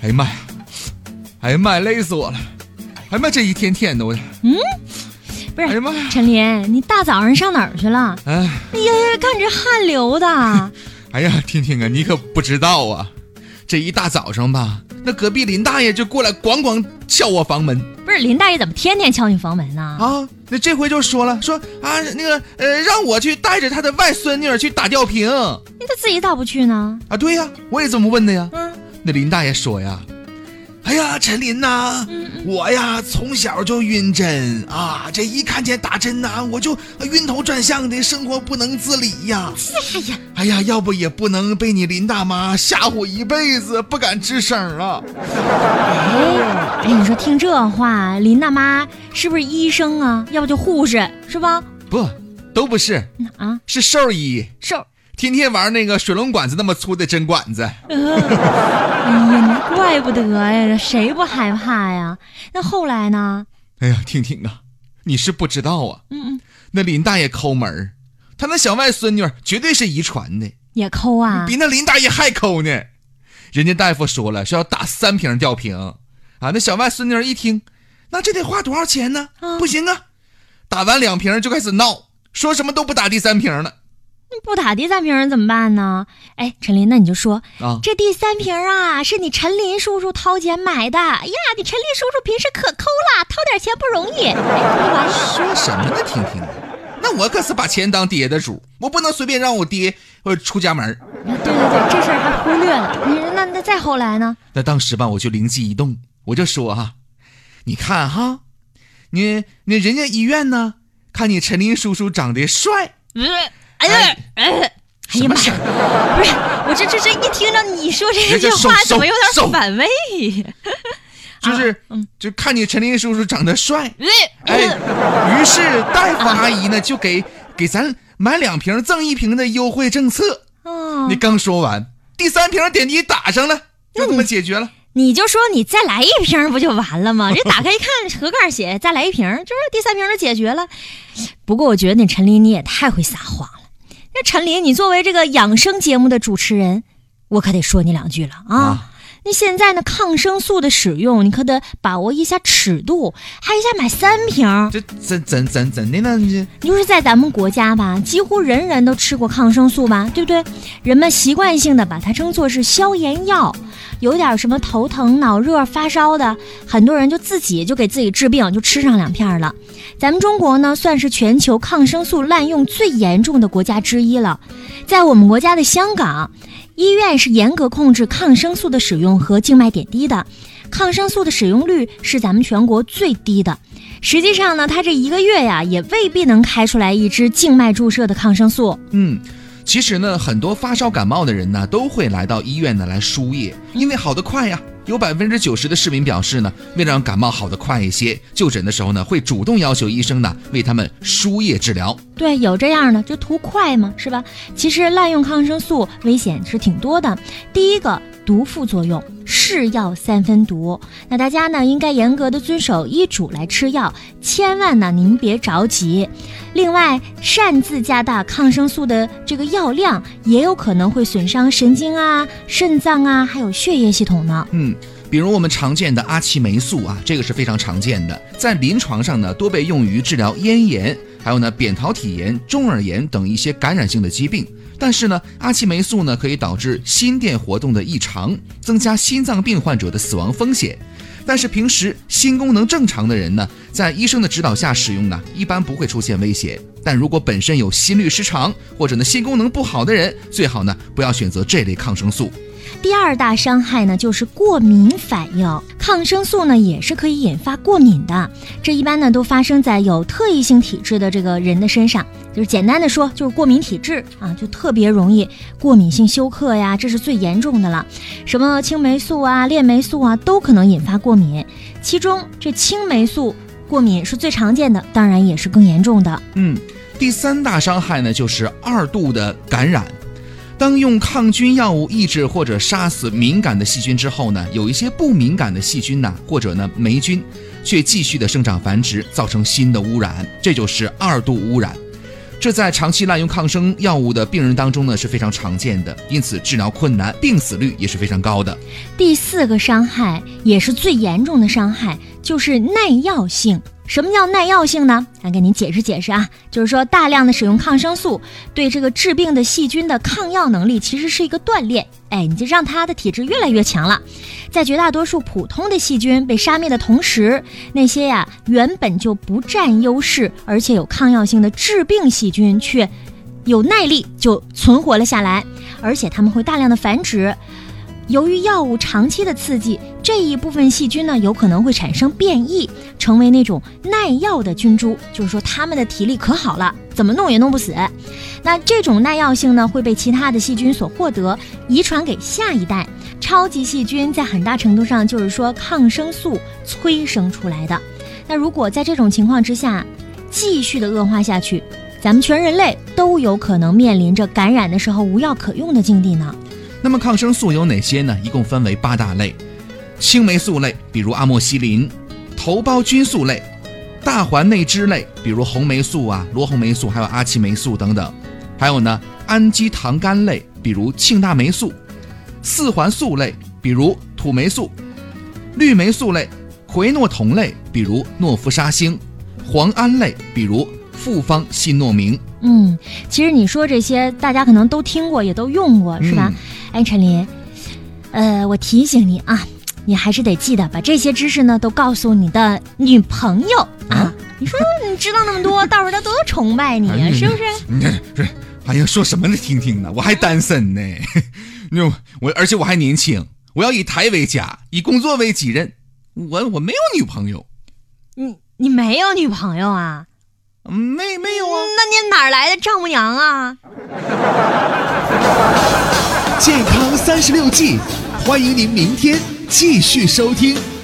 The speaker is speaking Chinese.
哎呀妈呀，哎呀妈呀，累死我了！哎呀妈，这一天天的我， 不是， 哎呀妈呀， 陈林，你大早上上哪儿去了？哎呀，看这汗流的。 哎呀，婷婷啊，你可不知道啊，这一大早上吧，那隔壁林大爷就过来咣咣敲我房门。 不是，林大爷怎么天天敲你房门呢？ 啊，那这回就说了，说啊，那个让我去带着他的外孙女去打吊瓶。 那他自己咋不去呢？ 啊，对呀，我也这么问的呀。 嗯， 那林大爷说呀，哎呀，陈林呐，我呀从小就晕针啊，这一看见打针呐，我就晕头转向的，生活不能自理呀。哎呀，要不也不能被你林大妈吓唬一辈子，不敢吱声啊。 哎，你说听这话，林大妈是不是医生啊？要不就护士是吧？ 不，都不是啊， 是兽医。 兽。 天天玩那个水龙管子那么粗的针管子。 哎呀，你怪不得呀，谁不害怕呀？那后来呢？ 哎呀，婷婷啊，你是不知道啊。那林大爷抠门，他那小外孙女绝对是遗传的。 也抠啊？ 比那林大爷还抠呢。人家大夫说了，是要打3瓶吊瓶啊。那小外孙女一听，那这得花多少钱呢？不行啊，打完2瓶就开始闹，说什么都不打第3瓶了。 不打第3瓶怎么办呢？哎，陈林，那你就说这第3瓶啊，是你陈林叔叔掏钱买的。哎呀，你陈林叔叔平时可抠了，掏点钱不容易。 说什么呢，婷婷？那我可是把钱当爹的主，我不能随便让我爹出家门。 对，这事儿还忽略了。那再后来呢？ 那当时吧，我就灵机一动，我就说你看你人家医院呢，看你陈林叔叔长得帅。 哎呀妈呀！不是，我这一听到你说这句话，怎么有点反胃？ 就看你陈林叔叔长得帅，于是大夫阿姨呢就给咱买2瓶赠1瓶的优惠政策。你刚说完，第3瓶点滴打上了，就这么解决了。 你就说你再来1瓶不就完了吗？这打开一看，盒盖写再来1瓶，就是第3瓶就解决了。不过我觉得你陈林你也太会撒谎了。那陈林，你作为这个养生节目的主持人，我可得说你2句了啊！那现在呢，抗生素的使用，你可得把握一下尺度，还一下买3瓶， 这怎的呢？你就是在咱们国家吧，几乎人人都吃过抗生素吧，对不对？人们习惯性的把它称作是消炎药，有点什么头疼、脑热、发烧的，很多人就自己就给自己治病，就吃上2片了。咱们中国呢，算是全球抗生素滥用最严重的国家之一了。在我们国家的香港，医院是严格控制抗生素的使用和静脉点滴的，抗生素的使用率是咱们全国最低的。实际上呢，它这1个月呀，也未必能开出来一支静脉注射的抗生素。 其实呢，很多发烧感冒的人呢，都会来到医院呢来输液，因为好得快呀。有90%的市民表示呢，为了让感冒好得快一些，就诊的时候呢，会主动要求医生呢为他们输液治疗。 对，有这样的，就图快嘛，是吧？其实滥用抗生素危险是挺多的。第一个，毒副作用，是药3分毒。那大家呢应该严格的遵守医嘱来吃药，千万呢您别着急。另外，擅自加大抗生素的这个药量，也有可能会损伤神经啊、肾脏啊，还有血液系统呢。 比如我们常见的阿奇霉素这个是非常常见的，在临床上呢多被用于治疗咽炎，还有呢扁桃体炎、中耳炎等一些感染性的疾病。但是呢，阿奇霉素呢可以导致心电活动的异常，增加心脏病患者的死亡风险。但是平时心功能正常的人呢，在医生的指导下使用呢，一般不会出现危险。但如果本身有心律失常或者呢心功能不好的人，最好呢不要选择这类抗生素。 第2大伤害呢，就是过敏反应。抗生素呢，也是可以引发过敏的。这一般呢，都发生在有特异性体质的这个人的身上。就是简单的说，就是过敏体质就特别容易过敏性休克呀，这是最严重的了。什么青霉素啊、链霉素啊，都可能引发过敏。其中这青霉素过敏是最常见的，当然也是更严重的。 第3大伤害呢，就是2度的感染。当用抗菌药物抑制或者杀死敏感的细菌之后呢，有一些不敏感的细菌或者呢霉菌却继续的生长繁殖，造成新的污染，这就是2度污染。 这在长期滥用抗生药物的病人当中呢是非常常见的，因此治疗困难，病死率也是非常高的。 第4个伤害也是最严重的伤害，就是耐药性。什么叫耐药性呢？来给您解释解释啊，就是说大量的使用抗生素对这个治病的细菌的抗药能力其实是一个锻炼，你就让它的体质越来越强了。在绝大多数普通的细菌被杀灭的同时，那些原本就不占优势而且有抗药性的致病细菌却有耐力就存活了下来，而且它们会大量的繁殖。由于药物长期的刺激，这一部分细菌呢有可能会产生变异，成为那种耐药的菌株，就是说它们的体力可好了，怎么弄也弄不死。那这种耐药性呢会被其他的细菌所获得，遗传给下一代。超级细菌在很大程度上就是说抗生素催生出来的。那如果在这种情况之下继续的恶化下去，咱们全人类都有可能面临着感染的时候无药可用的境地呢。 那么抗生素有哪些呢？一共分为8大类：青霉素类，比如阿莫西林；头孢菌素类；大环内酯类，比如红霉素罗红霉素，还有阿奇霉素等等；还有呢氨基糖苷类，比如庆大霉素；四环素类，比如土霉素；氯霉素类；喹诺酮类，比如诺氟沙星；磺胺类，比如复方辛诺明。 其实你说这些大家可能都听过也都用过，是吧？陈林，我提醒你啊，你还是得记得把这些知识呢都告诉你的女朋友啊。你说你知道那么多，到时候她多崇拜你啊，是不是？ 哎呀，说什么呢？听听呢，我还单身呢，而且我还年轻，我要以台为家，以工作为己任。我没有女朋友。 你没有女朋友啊？ 没有啊。 那你哪来的丈母娘啊？ 健康36计，欢迎您明天继续收听。